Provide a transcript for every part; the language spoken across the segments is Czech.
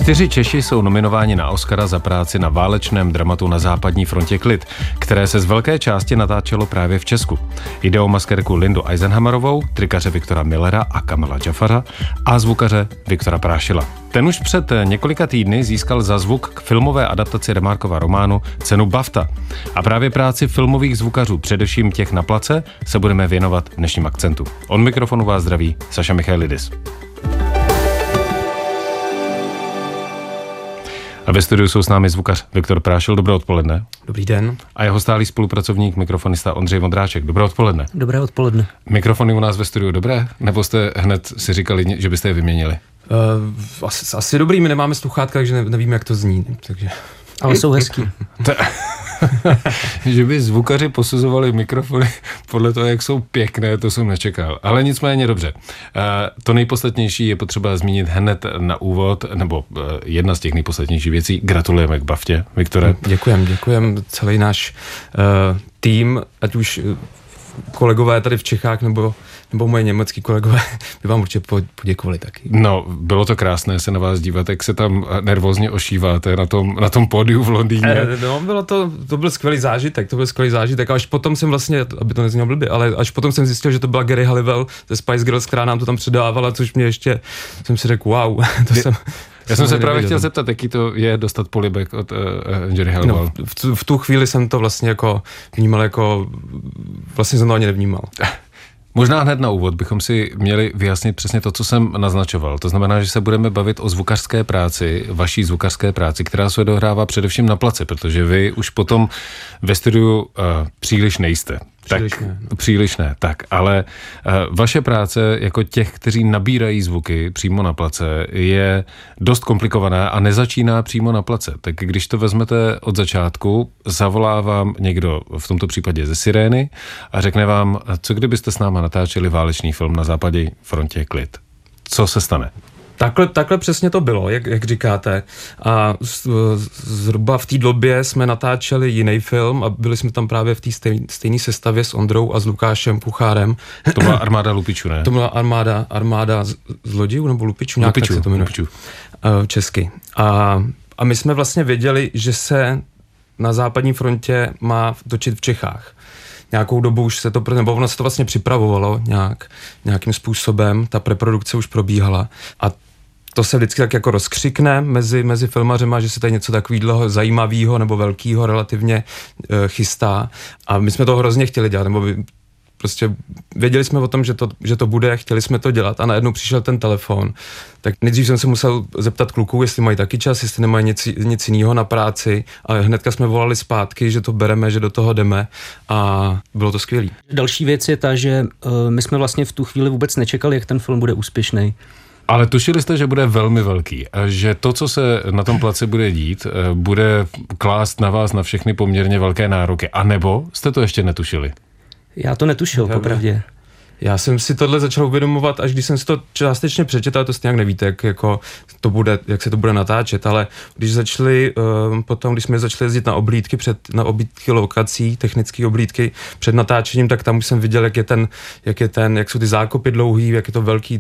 4 Češi jsou nominováni na Oscara za práci na válečném dramatu Na západní frontě Klid, které se z velké části natáčelo právě v Česku. Jde o maskérku Lindu Eisenhammerovou, trikaře Viktora Millera a Kamila Jafara a zvukaře Viktora Prášila. Ten už před několika týdny získal za zvuk k filmové adaptaci Remarquova románu cenu BAFTA. A právě práci filmových zvukařů, především těch na place, se budeme věnovat v dnešním Akcentu. Od mikrofonu vás zdraví Saša Michailidis. A ve studiu jsou s námi zvukař Viktor Prášil. Dobré odpoledne. Dobrý den. A jeho stálý spolupracovník, mikrofonista Ondřej Vondráček. Dobré odpoledne. Dobré odpoledne. Mikrofony u nás ve studiu dobré? Nebo jste hned si říkali, že byste je vyměnili? Asi dobrý, my nemáme sluchátka, takže nevíme, jak to zní. Takže... Ale jsou hezký. Že by zvukaři posuzovali mikrofony podle toho, jak jsou pěkné, to jsem nečekal. Ale nicméně dobře. To nejpodstatnější je potřeba zmínit hned na úvod, nebo jedna z těch nejpodstatnějších věcí. Gratulujeme k BAFTě, Viktore. Děkujem. Celý náš tým, ať už kolegové tady v Čechách, nebo moje německý kolegové, by vám určitě poděkovali taky. No, bylo to krásné se na vás dívat, jak se tam nervózně ošíváte na tom pódiu v Londýně. No, to byl skvělý zážitek, a až potom jsem vlastně, aby to neznělo blbě, ale až potom jsem zjistil, že to byla Geri Halliwell ze Spice Girls, která nám to tam předávala, což mě ještě, jsem si řekl, wow, Já jsem se právě chtěl zeptat, jaký to je dostat polibek od Geri Halliwell. No, v tu chvíli jsem to vlastně jako vnímal vlastně jsem to ani nevnímal. Možná hned na úvod bychom si měli vyjasnit přesně to, co jsem naznačoval. To znamená, že se budeme bavit o zvukařské práci, vaší zvukařské práci, která se odehrává především na place, protože vy už potom ve studiu příliš nejste. Příliš ne. Tak, ale vaše práce jako těch, kteří nabírají zvuky přímo na place, je dost komplikovaná a nezačíná přímo na place. Tak když to vezmete od začátku, zavolá vám někdo, v tomto případě ze Sirény, a řekne vám, co kdybyste s náma natáčeli válečný film Na západní frontě Klid. Co se stane? Takhle přesně to bylo, jak říkáte. A zhruba v té době jsme natáčeli jiný film a byli jsme tam právě v té stejné sestavě s Ondrou a s Lukášem Kuchárem. To byla Armáda lupičů, ne? To byla armáda zlodějů nebo lupičů, nějak tak se to jmenuje. Česky. A my jsme vlastně věděli, že se na západní frontě má točit v Čechách. Nějakou dobu už se to, nebo ono se to vlastně připravovalo nějakým způsobem, ta preprodukce už probíhala a to se vždycky tak jako rozkřikne mezi filmařema, že se tady něco takového zajímavého nebo velkého relativně chystá a my jsme to hrozně chtěli dělat, nebo prostě věděli jsme o tom, že to bude, chtěli jsme to dělat a najednou přišel ten telefon. Tak nejdřív jsem se musel zeptat kluků, jestli mají taky čas, jestli nemají nic jiného na práci, ale hnedka jsme volali zpátky, že to bereme, že do toho jdeme a bylo to skvělý. Další věc je ta, že my jsme vlastně v tu chvíli vůbec nečekali, jak ten film bude úspěšný. Ale tušili jste, že bude velmi velký a že to, co se na tom placi bude dít, bude klást na vás na všechny poměrně velké nároky. A nebo jste to ještě netušili? Já to netušil, popravdě. Já jsem si tohle začal uvědomovat, až když jsem si to částečně přečetl, ale to stejně nevíte, jak se to bude natáčet, ale když jsme začali jezdit na oblídky lokací, technické oblídky před natáčením, tak tam už jsem viděl, jak jsou ty zákopy dlouhý, jak je to velký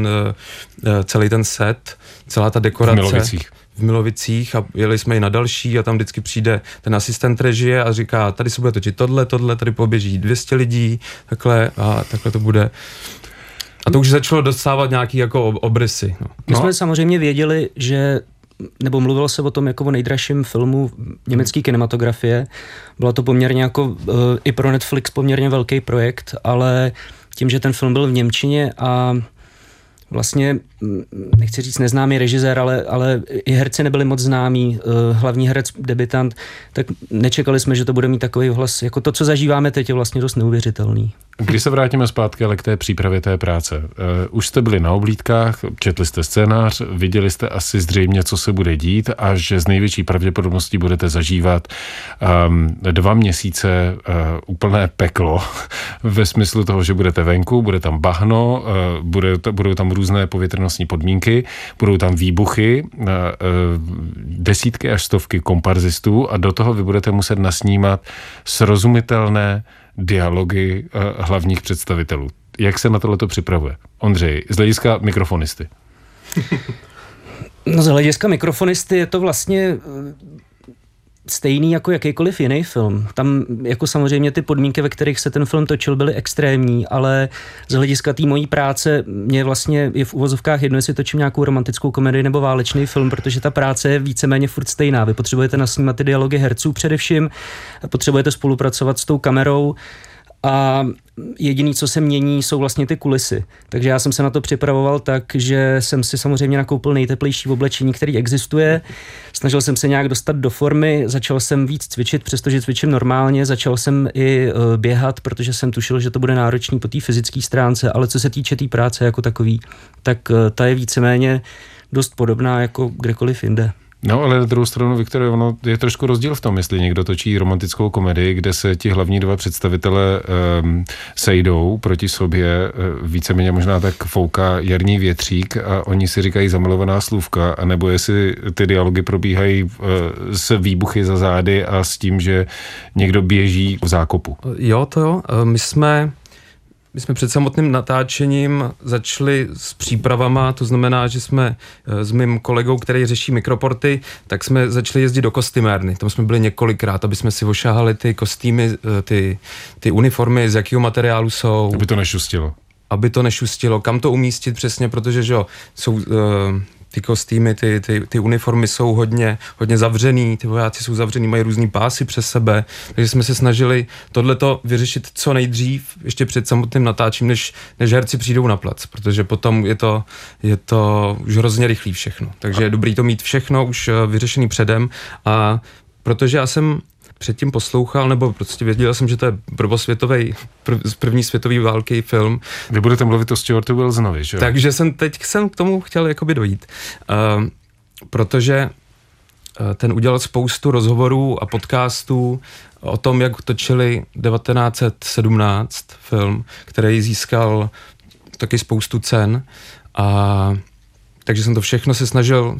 celý ten set, celá ta dekorace. V Milovicích a jeli jsme i na další a tam vždycky přijde ten asistent režie a říká, tady se bude točit tohle, tady poběží 200 lidí, takhle to bude. A to už začalo dostávat nějaký jako obrysy. No. My jsme samozřejmě věděli, nebo mluvilo se o tom jako o nejdražším filmu německé kinematografie. Bylo to poměrně jako i pro Netflix poměrně velký projekt, ale tím, že ten film byl v němčině a vlastně, nechci říct neznámý režisér, ale i herci nebyli moc známí, hlavní herec, debutant, tak nečekali jsme, že to bude mít takový hlas. Jako to, co zažíváme teď, je vlastně dost neuvěřitelný. Když se vrátíme zpátky ale k té přípravě té práce, už jste byli na oblídkách, četli jste scénář, viděli jste asi zřejmě, co se bude dít a že z největší pravděpodobností budete zažívat 2 měsíce úplné peklo ve smyslu toho, že budete venku, bude tam bahno, budou tam různé povětrnostní podmínky, budou tam výbuchy, desítky až stovky komparzistů a do toho vy budete muset nasnímat srozumitelné dialogy hlavních představitelů. Jak se na tohleto připravuje? Ondřej, z hlediska mikrofonisty. No z hlediska mikrofonisty je to vlastně stejný jako jakýkoliv jiný film. Tam jako samozřejmě ty podmínky, ve kterých se ten film točil, byly extrémní, ale z hlediska té mojí práce mě vlastně je v uvozovkách jedno, jestli točím nějakou romantickou komedii nebo válečný film, protože ta práce je víceméně furt stejná. Vy potřebujete nasnímat ty dialogy herců především, potřebujete spolupracovat s tou kamerou a jediný, co se mění, jsou vlastně ty kulisy. Takže já jsem se na to připravoval tak, že jsem si samozřejmě nakoupil nejteplejší oblečení, který existuje. Snažil jsem se nějak dostat do formy, začal jsem víc cvičit, přestože cvičím normálně, začal jsem i běhat, protože jsem tušil, že to bude náročný po té fyzické stránce, ale co se týče té práce jako takový, tak ta je víceméně dost podobná jako kdekoliv jinde. No, ale na druhou stranu, Viktore, ono je trošku rozdíl v tom, jestli někdo točí romantickou komedii, kde se ti hlavní dva představitelé sejdou proti sobě, víceméně možná tak fouká jarní větřík a oni si říkají zamilovaná slůvka, anebo jestli ty dialogy probíhají s výbuchy za zády a s tím, že někdo běží v zákopu. Jo, to jo. My jsme před samotným natáčením začali s přípravama, to znamená, že jsme s mým kolegou, který řeší mikroporty, tak jsme začali jezdit do kostymérny. Tam jsme byli několikrát, aby jsme si ošahali ty kostýmy, ty uniformy, z jakého materiálu jsou. Aby to nešustilo. Kam to umístit přesně, protože že jo, jsou... ty kostýmy, ty uniformy jsou hodně zavřený, ty vojáci jsou zavřený, mají různý pásy přes sebe, takže jsme se snažili tohleto vyřešit co nejdřív, ještě před samotným natáčím, než herci přijdou na plac, protože potom je to už hrozně rychlý všechno. Takže je dobrý to mít všechno už vyřešený předem a protože já jsem předtím poslouchal, nebo prostě věděl jsem, že to je z první světové války film. Vy budete mluvit o Stuartu Wilsonovi, že? Takže jsem k tomu chtěl jakoby dojít. Protože ten udělal spoustu rozhovorů a podcastů o tom, jak točili 1917 film, který získal taky spoustu cen a takže jsem to všechno se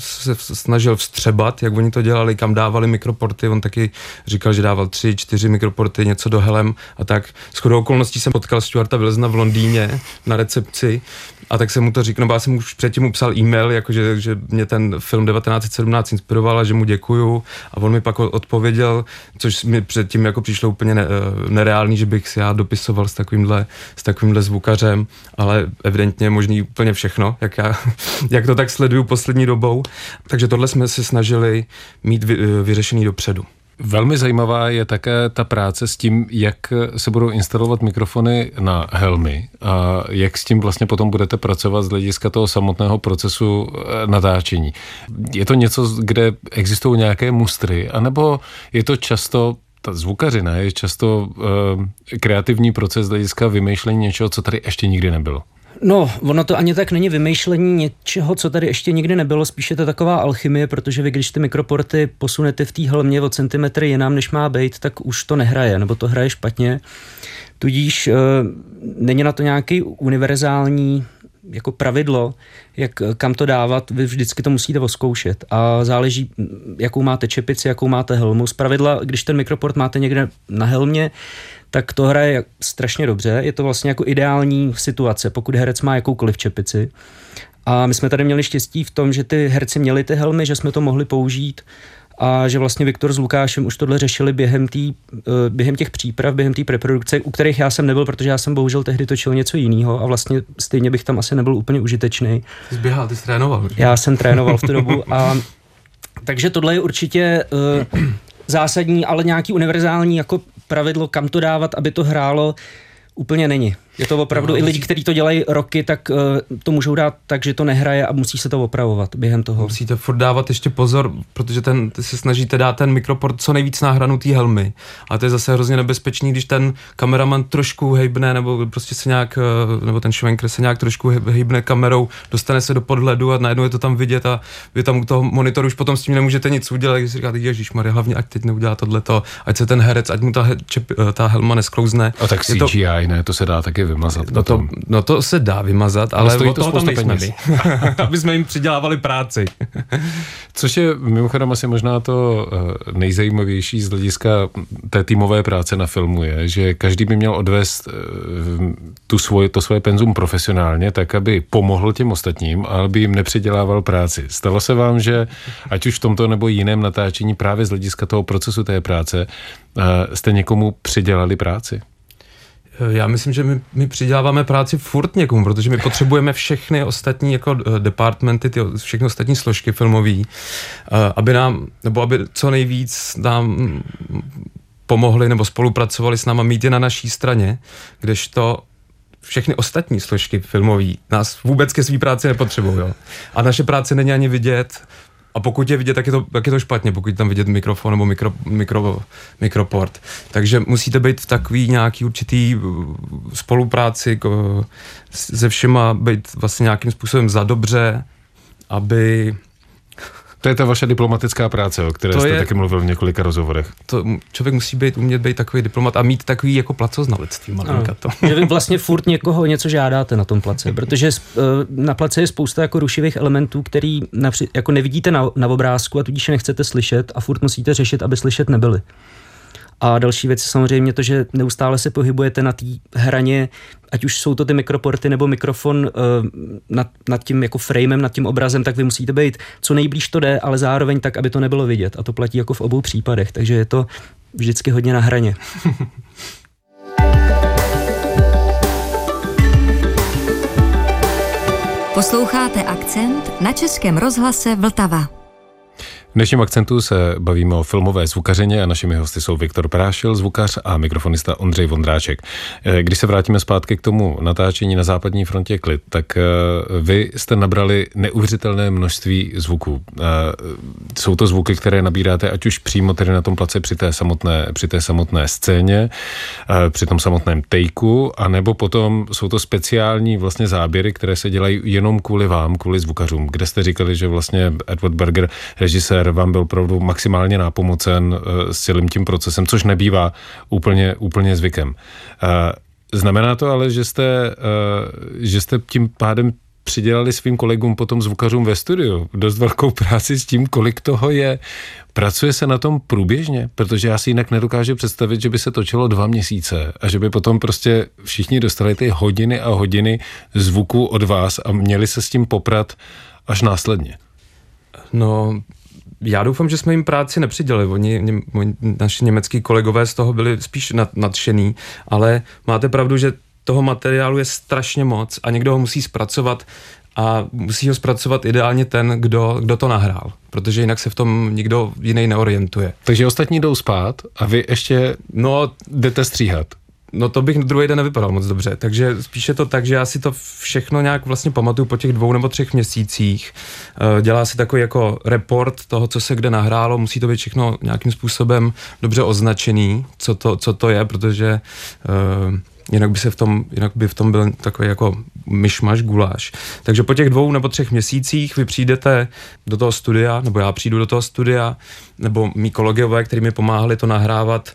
snažil vstřebat, jak oni to dělali, kam dávali mikroporty. On taky říkal, že dával 3-4 mikroporty, něco do helem a tak. Shodou okolností jsem potkal Stuarta Wilsona v Londýně na recepci a tak jsem mu to říkal, já jsem už předtím mu psal e-mail, jakože, že mě ten film 1917 inspiroval a že mu děkuju a on mi pak odpověděl, což mi předtím jako přišlo úplně nereálný, že bych si já dopisoval s takovýmhle zvukařem, ale evidentně je možný úplně všechno, jak to tak sleduju poslední dobou. Takže tohle jsme se snažili mít vyřešený dopředu. Velmi zajímavá je také ta práce s tím, jak se budou instalovat mikrofony na helmy a jak s tím vlastně potom budete pracovat z hlediska toho samotného procesu natáčení. Je to něco, kde existují nějaké mustry, anebo je to často ta zvukařina, je často kreativní proces z hlediska vymýšlení něčeho, co tady ještě nikdy nebylo? No, ono to ani tak není vymýšlení něčeho, co tady ještě nikdy nebylo, spíš je to taková alchymie, protože vy, když ty mikroporty posunete v té helmě o centimetry jinam, než má být, tak už to nehraje, nebo to hraje špatně. Tudíž není na to nějaký univerzální jako pravidlo, kam to dávat, vy vždycky to musíte oskoušet a záleží, jakou máte čepici, jakou máte helmu. Zpravidla, když ten mikroport máte někde na helmě, tak to hraje strašně dobře. Je to vlastně jako ideální situace, pokud herec má jakoukoliv čepici. A my jsme tady měli štěstí v tom, že ty herci měli ty helmy, že jsme to mohli použít a že vlastně Viktor s Lukášem už tohle řešili během těch příprav, během té preprodukce, u kterých já jsem nebyl, protože já jsem bohužel tehdy točil něco jiného a vlastně stejně bych tam asi nebyl úplně užitečný. Ty jsi běhal, ty jsi trénoval. Já jsem trénoval v tu dobu a takže tohle je určitě zásadní, ale nějaký univerzální jako pravidlo, kam to dávat, aby to hrálo, úplně není. Je to opravdu, i lidi, kteří to dělají roky, tak to můžou dát tak, že to nehraje a musí se to opravovat během toho. Musíte furt dávat ještě pozor, protože se snažíte dát ten mikroport co nejvíc na hranu té helmy. A to je zase hrozně nebezpečný, když ten kameraman trošku hejbne, nebo prostě se nějak, nebo ten švenkr se nějak trošku hejbne kamerou, dostane se do podhledu a najednou je to tam vidět a vy tam u toho monitoru už potom s tím nemůžete nic udělat, když si říkáte, ježišmarja, hlavně ať teď neudělá tohleto, ať se ten herec, ať mu ta helma nesklouzne. A tak CGI, ne, to se dá taky taky vymazat. To se dá vymazat, ale od toho tam nejsme my. Aby jsme jim přidělávali práci. Což je mimochodem asi možná to nejzajímavější z hlediska té týmové práce na filmu je, že každý by měl odvést to svoje penzum profesionálně, tak aby pomohl těm ostatním, ale by jim nepřidělával práci. Stalo se vám, že ať už v tomto nebo jiném natáčení právě z hlediska toho procesu té práce jste někomu přidělali práci? Já myslím, že my přiděláváme práci furt někomu, protože my potřebujeme všechny ostatní jako departmenty, všechny ostatní složky filmový, aby co nejvíc nám pomohli nebo spolupracovali s náma, mít je na naší straně, kdežto všechny ostatní složky filmový nás vůbec ke svý práci nepotřebují. Jo? A naše práce není ani vidět. A pokud je vidět, tak je to špatně, pokud je tam vidět mikrofon nebo mikroport. Takže musíte být v takový nějaký určitý spolupráci se všema, být vlastně nějakým způsobem za dobře, aby... To je ta vaše diplomatická práce, o které jste taky mluvil v několika rozhovorech. Člověk musí umět být takový diplomat a mít takový jako placoznalectví. Že vy vlastně furt někoho něco žádáte na tom place, protože na place je spousta jako rušivých elementů, který jako nevidíte na obrázku a tudíž je nechcete slyšet a furt musíte řešit, aby slyšet nebyli. A další věc je samozřejmě to, že neustále se pohybujete na té hraně, ať už jsou to ty mikroporty nebo mikrofon nad tím jako framem, nad tím obrazem, tak vy musíte být co nejblíž to jde, ale zároveň tak, aby to nebylo vidět. A to platí jako v obou případech, takže je to vždycky hodně na hraně. Posloucháte Akcent na Českém rozhlase Vltava. V dnešním Akcentu se bavíme o filmové zvukařině a našimi hosty jsou Viktor Prášil, zvukař, a mikrofonista Ondřej Vondráček. Když se vrátíme zpátky k tomu natáčení na západní frontě Klid, tak vy jste nabrali neuvěřitelné množství zvuků. Jsou to zvuky, které nabíráte ať už přímo tedy na tom place při té samotné scéně, při tom samotném takeu, anebo potom jsou to speciální vlastně záběry, které se dělají jenom kvůli vám, kvůli zvukařům, kde jste říkali, že vlastně Edward Berger, režisér, vám byl opravdu maximálně nápomocen s celým tím procesem, což nebývá úplně zvykem. Znamená to ale, že jste tím pádem přidělali svým kolegům, potom zvukařům ve studiu, dost velkou práci s tím, kolik toho je. Pracuje se na tom průběžně, protože já si jinak nedokážu představit, že by se točilo 2 měsíce a že by potom prostě všichni dostali ty hodiny a hodiny zvuku od vás a měli se s tím poprat až následně. No, já doufám, že jsme jim práci nepřidělili. Naši německý kolegové z toho byli spíš nadšený, ale máte pravdu, že toho materiálu je strašně moc a někdo ho musí zpracovat a musí ho zpracovat ideálně ten, kdo to nahrál, protože jinak se v tom nikdo jiný neorientuje. Takže ostatní jdou spát a vy ještě jdete stříhat. No to bych druhý den nevypadal moc dobře, takže spíše to tak, že já si to všechno nějak vlastně pamatuju po těch 2 nebo 3 měsících. Dělá se takový jako report toho, co se kde nahrálo, musí to být všechno nějakým způsobem dobře označený, co to je, protože jinak by v tom byl takový jako myšmaš, guláš. Takže po těch 2 nebo 3 měsících vy přijdete do toho studia, nebo já přijdu do toho studia, nebo mý kolegové, kteří mi pomáhali to nahrávat,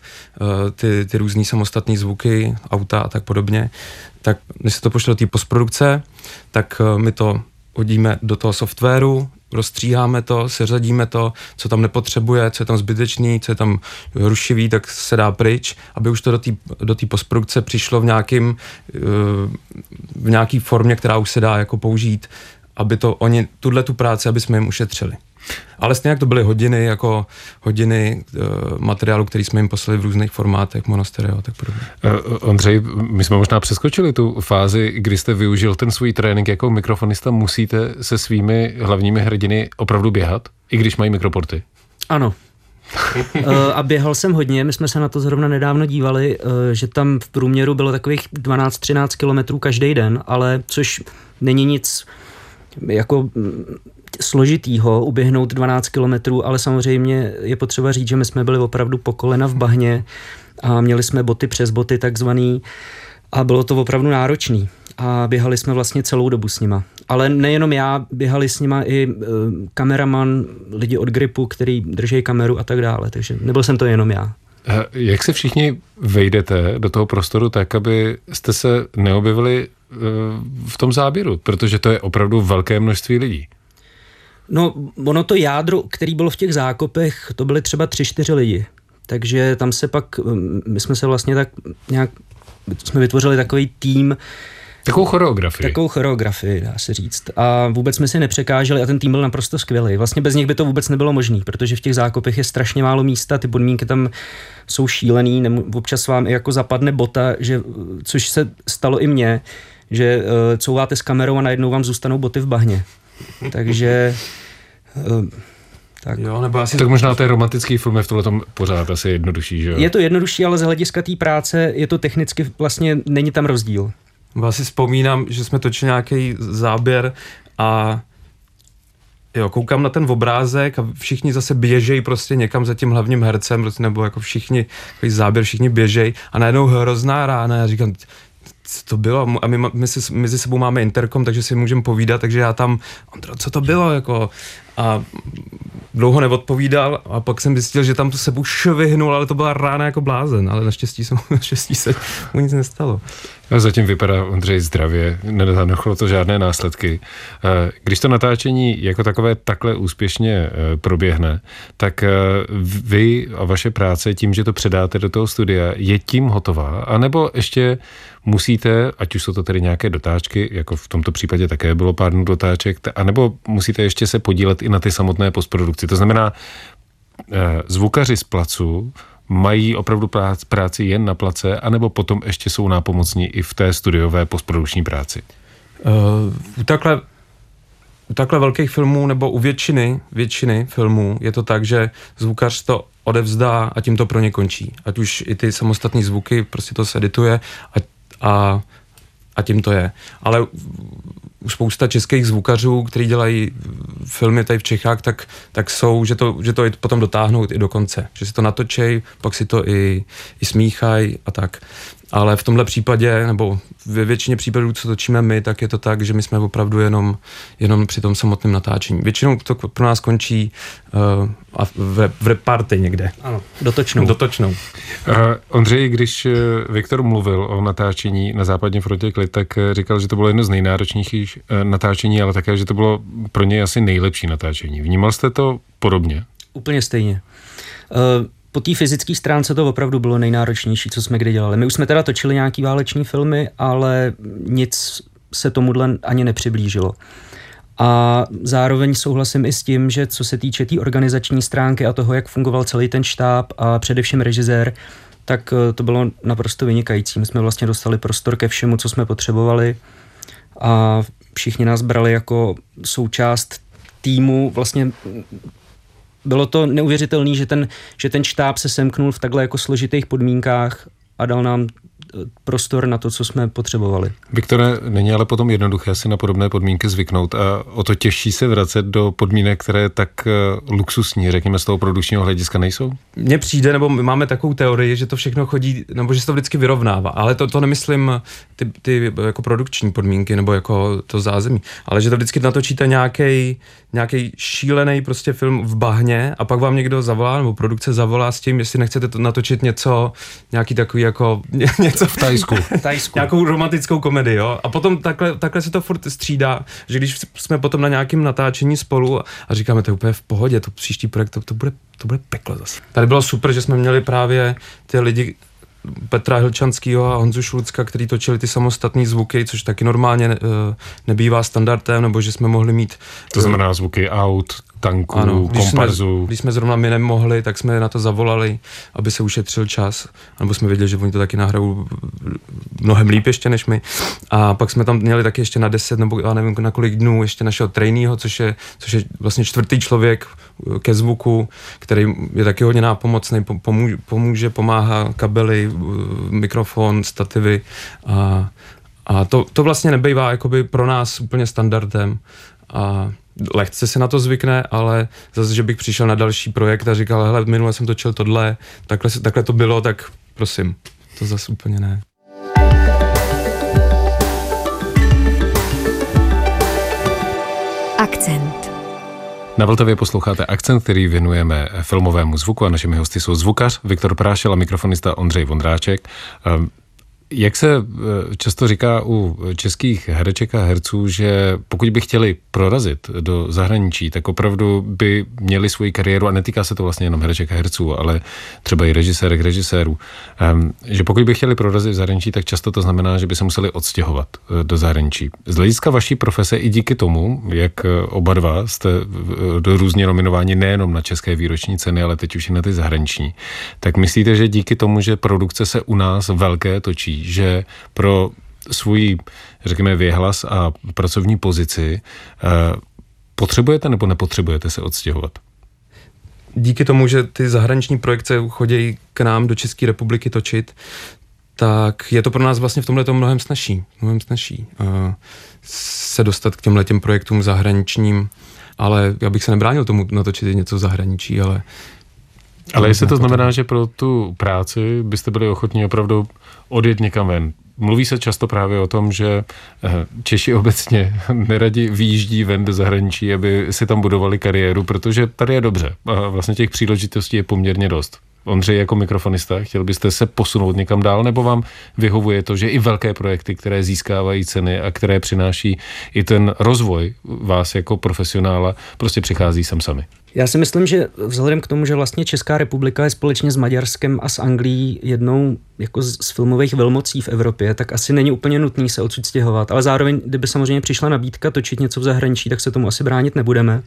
ty různý samostatné zvuky, auta a tak podobně, tak než se to pošle do té postprodukce, tak my to hodíme do toho softwaru, rozstříháme to, seřadíme to, co tam nepotřebuje, co je tam zbytečný, co je tam rušivý, tak se dá pryč, aby už to do té postprodukce přišlo v nějaký formě, která už se dá jako použít, aby tu práci, aby jsme jim ušetřili. Ale stejně jak to byly hodiny materiálu, který jsme jim poslali v různých formátech, monostereo a tak podobně. Ondřej, my jsme možná přeskočili tu fázi, kdy jste využil ten svůj trénink jako mikrofonista. Musíte se svými hlavními hrdiny opravdu běhat, i když mají mikroporty? Ano. A běhal jsem hodně, my jsme se na to zrovna nedávno dívali, že tam v průměru bylo takových 12-13 kilometrů každý den, ale což není nic jako složitýho uběhnout 12 kilometrů, ale samozřejmě je potřeba říct, že my jsme byli opravdu po kolena v bahně a měli jsme boty přes boty takzvaný a bylo to opravdu náročný a běhali jsme vlastně celou dobu s nima. Ale nejenom já, běhali s nima i kameraman, lidi od Gripu, který drží kameru a tak dále, takže nebyl jsem to jenom já. Jak se všichni vejdete do toho prostoru tak, aby jste se neobjevili v tom záběru? Protože to je opravdu velké množství lidí. No, ono to jádro, který bylo v těch zákopech, to byly třeba 3-4 lidi. Takže tam se pak, my jsme se vlastně tak nějak, jsme vytvořili takový tým. Takovou choreografii, dá se říct. A vůbec jsme si nepřekáželi a ten tým byl naprosto skvělý. Vlastně bez nich by to vůbec nebylo možné, protože v těch zákopech je strašně málo místa, ty podmínky tam jsou šílený, občas vám i jako zapadne bota, což se stalo i mně, že couváte s kamerou a najednou vám zůstanou boty v bahně. Takže... Tak. Jo, nebo asi... Tak možná ten romantický film je v tomhletom pořád asi jednodušší, že jo? Je to jednodušší, ale z hlediska té práce je to technicky vlastně, není tam rozdíl. Já si vzpomínám, že jsme točili nějaký záběr a jo, koukám na ten obrázek a všichni zase běžejí prostě někam za tím hlavním hercem, prostě, nebo jako všichni, takový záběr, všichni běžejí a najednou hrozná rána, já říkám, co to bylo? A my mezi sebou máme interkom, takže si můžeme povídat, takže já tam, Ondro, co to bylo? Jako, a dlouho neodpovídal a pak jsem zjistil, že tam tu sebou švihnul, ale to byla rána jako blázen, ale naštěstí se mu nic nestalo. No, zatím vypadá Ondřej zdravě, nenechalo to žádné následky. Když to natáčení jako takhle úspěšně proběhne, tak vy a vaše práce tím, že to předáte do toho studia, je tím hotová? A nebo ještě musíte, ať už jsou to tedy nějaké dotáčky, jako v tomto případě také bylo pár dnů dotáček, anebo musíte ještě se podílet i na ty samotné postprodukci. To znamená, zvukaři z placu mají opravdu práci jen na place, anebo potom ještě jsou nápomocní i v té studiové postprodukční práci? U takhle velkých filmů, nebo u většiny filmů je to tak, že zvukař to odevzdá a tím to pro ně končí. Ať už i ty samostatné zvuky, prostě to se edituje a tím to je. Ale už spousta českých zvukařů, kteří dělají filmy tady v Čechách, tak jsou, že to potom dotáhnou i do konce. Že si to natočej, pak si to i smíchají a tak. Ale v tomhle případě, nebo ve většině případů, co točíme my, tak je to tak, že my jsme opravdu jenom při tom samotném natáčení. Většinou to pro nás končí v reparty někde. Ano, dotočnou. Ondřej, když Viktor mluvil o natáčení na Západním frontě Klid, tak říkal, že to bylo jedno z nejnáročnějších natáčení, ale také, že to bylo pro něj asi nejlepší natáčení. Vnímal jste to podobně? Úplně stejně. Po té fyzické stránce to opravdu bylo nejnáročnější, co jsme kdy dělali. My už jsme teda točili nějaký váleční filmy, ale nic se tomuhle ani nepřiblížilo. A zároveň souhlasím i s tím, že co se týče té organizační stránky a toho, jak fungoval celý ten štáb a především režisér, tak to bylo naprosto vynikající. My jsme vlastně dostali prostor ke všemu, co jsme potřebovali a všichni nás brali jako součást týmu. Vlastně bylo to neuvěřitelné, že ten štáb se semknul v takhle jako složitých podmínkách a dal nám prostor na to, co jsme potřebovali. Viktore, není ale potom jednoduché si na podobné podmínky zvyknout a o to těžší se vracet do podmínek, které tak luxusní, řekněme, z toho produkčního hlediska nejsou? Mně přijde, nebo my máme takovou teorii, že to všechno chodí, nebo že se to vždycky vyrovnává, ale to nemyslím ty jako produkční podmínky, nebo jako to zázemí, ale že to vždycky natočíte nějaký šílený prostě film v bahně a pak vám někdo zavolá, nebo produkce zavolá s tím, jestli nechcete to natočit nějaký takový jako něco v Tajsku. Nějakou romantickou komedii, jo. A potom takhle se to furt střídá, že když jsme potom na nějakém natáčení spolu a říkáme, to je úplně v pohodě, to příští projekt, to bude peklo zase. Tady bylo super, že jsme měli právě ty lidi Petra Hilčanskýho a Honzu Šulcka, který točili ty samostatné zvuky, což taky normálně nebývá standardem, nebo že jsme mohli mít... To znamená zvuky aut, tanků, ano, komparzů. Když jsme zrovna my nemohli, tak jsme na to zavolali, aby se ušetřil čas, nebo jsme věděli, že oni to taky nahrajou mnohem líp ještě než my. A pak jsme tam měli taky ještě na 10 nebo já nevím na kolik dnů ještě našeho traineeho, což je vlastně čtvrtý člověk ke zvuku, který je taky hodně nápomocný, pomáhá kabely, mikrofon, stativy a to vlastně nebývá jakoby pro nás úplně standardem a lehce se na to zvykne, ale zase, že bych přišel na další projekt a říkal, hele, minule jsem točil tohle, takhle to bylo, tak prosím, to zase úplně ne. Akcent. Na Vltavě posloucháte Akcent, který věnujeme filmovému zvuku a našimi hosty jsou zvukař Viktor Prášil a mikrofonista Ondřej Vondráček. Jak se často říká u českých hereček a herců, že pokud by chtěli prorazit do zahraničí, tak opravdu by měli svoji kariéru, a netýká se to vlastně jenom hereček a herců, ale třeba i režisérů, že pokud by chtěli prorazit v zahraničí, tak často to znamená, že by se museli odstěhovat do zahraničí. Z hlediska vaší profese i díky tomu, jak oba dva jste různě nominováni nejenom na české výroční ceny, ale teď už i na ty zahraniční, tak myslíte, že díky tomu, že produkce se u nás velké točí, že pro svůj, řekněme, věhlas a pracovní pozici potřebujete nebo nepotřebujete se odstěhovat? Díky tomu, že ty zahraniční projekce chodí k nám do České republiky točit, tak je to pro nás vlastně v tomhle mnohem snazší se dostat k těmhletěm projektům zahraničním, ale já bych se nebránil tomu natočit něco v zahraničí, ale jestli to znamená, že pro tu práci byste byli ochotní opravdu odjet někam ven. Mluví se často právě o tom, že Češi obecně neradi vyjíždí ven do zahraničí, aby si tam budovali kariéru, protože tady je dobře a vlastně těch příležitostí je poměrně dost. Ondřej, jako mikrofonista, chtěl byste se posunout někam dál, nebo vám vyhovuje to, že i velké projekty, které získávají ceny a které přináší i ten rozvoj vás jako profesionála, prostě přichází sem sami? Já si myslím, že vzhledem k tomu, že vlastně Česká republika je společně s Maďarskem a s Anglií jednou jako z filmových velmocí v Evropě, tak asi není úplně nutný se odsud stěhovat. Ale zároveň, kdyby samozřejmě přišla nabídka točit něco v zahraničí, tak se tomu asi bránit nebudeme.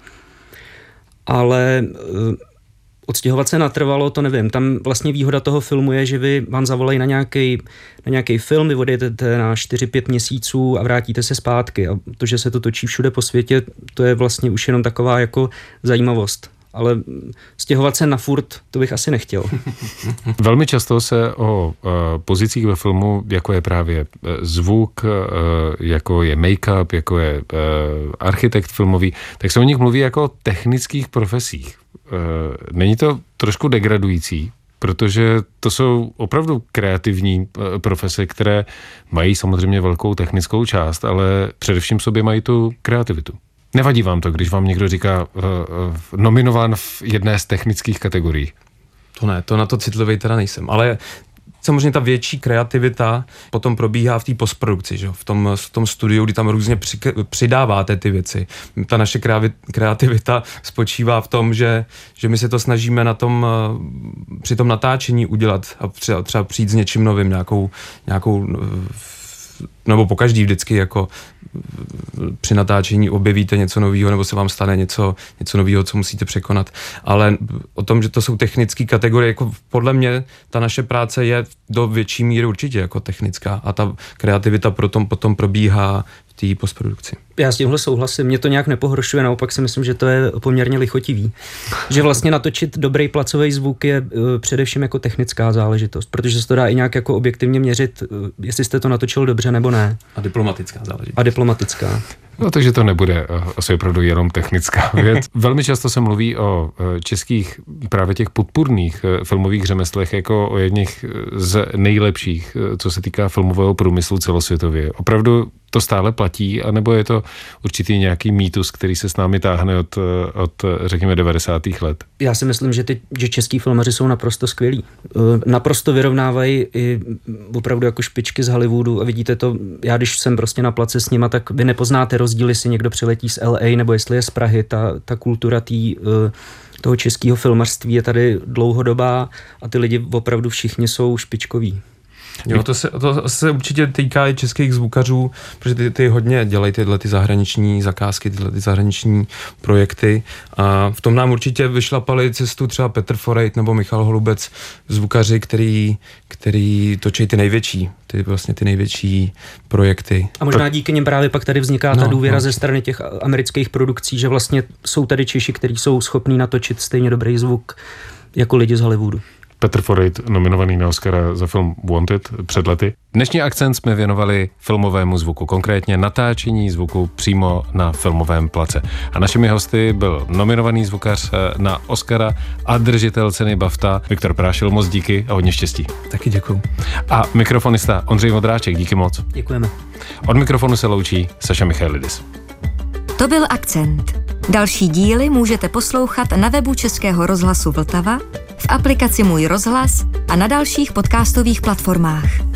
Ale odstěhovat se natrvalo, to nevím. Tam vlastně výhoda toho filmu je, že vám zavolají na nějaký film, vy odjedete na 4-5 měsíců a vrátíte se zpátky. A to, že se to točí všude po světě, to je vlastně už jenom taková jako zajímavost. Ale stěhovat se na furt, to bych asi nechtěl. Velmi často se o pozicích ve filmu, jako je právě zvuk, jako je make-up, jako je architekt filmový, tak se o nich mluví jako o technických profesích. Není to trošku degradující, protože to jsou opravdu kreativní profese, které mají samozřejmě velkou technickou část, ale především v sobě mají tu kreativitu. Nevadí vám to, když vám někdo říká nominován v jedné z technických kategorií? To ne, to na to citlivý teda nejsem, ale samozřejmě ta větší kreativita potom probíhá v té postprodukci, že? V tom studiu, kdy tam různě přidáváte ty věci. Ta naše kreativita spočívá v tom, že my se to snažíme při tom natáčení udělat a třeba přijít s něčím novým, nějakou nebo pokaždý vždycky jako při natáčení objevíte něco nového nebo se vám stane něco nového, co musíte překonat. Ale o tom, že to jsou technické kategorie, jako podle mě ta naše práce je do větší míry určitě jako technická a ta kreativita potom probíhá v té postprodukci. Já s tímhle souhlasím, mě to nějak nepohoršuje, naopak si myslím, že to je poměrně lichotivý. Že vlastně natočit dobrý placový zvuk je především jako technická záležitost, protože se to dá i nějak jako objektivně měřit, jestli jste to natočil dobře nebo ne. A diplomatická záležitost. A diplomatická. No, takže to nebude asi opravdu jenom technická věc. Velmi často se mluví o českých právě těch podpůrných filmových řemeslech jako o jedných z nejlepších, co se týká filmového průmyslu celosvětově. Opravdu to stále platí, anebo je to určitý nějaký mýtus, který se s námi táhne od řekněme 90. let? Já si myslím, že český filmaři jsou naprosto skvělí. Naprosto vyrovnávají i opravdu jako špičky z Hollywoodu a vidíte to, já když jsem prostě na place s nima, tak vy nepoznáte rozdíl, jestli někdo přiletí z LA nebo jestli je z Prahy. Ta kultura toho českého filmařství je tady dlouhodobá a ty lidi opravdu všichni jsou špičkoví. Jo, to se určitě týká i českých zvukařů, protože ty hodně dělají tyhle ty zahraniční zakázky, tyhle ty zahraniční projekty a v tom nám určitě vyšlapali cestu třeba Petr Forejt nebo Michal Holubec, zvukaři, který točí ty největší projekty. A možná díky nim právě pak tady vzniká ta důvěra ze strany těch amerických produkcí, že vlastně jsou tady Češi, kteří jsou schopní natočit stejně dobrý zvuk jako lidi z Hollywoodu. Petr Forejt, nominovaný na Oscara za film Wanted před lety. Dnešní akcent jsme věnovali filmovému zvuku, konkrétně natáčení zvuku přímo na filmovém place. A našimi hosty byl nominovaný zvukař na Oscara a držitel ceny BAFTA Viktor Prášil. Moc díky a hodně štěstí. Taky děkuju. A mikrofonista Ondřej Vondráček, díky moc. Děkujeme. Od mikrofonu se loučí Saša Michailidis. To byl Akcent. Další díly můžete poslouchat na webu Českého rozhlasu Vltava, v aplikaci Můj rozhlas a na dalších podcastových platformách.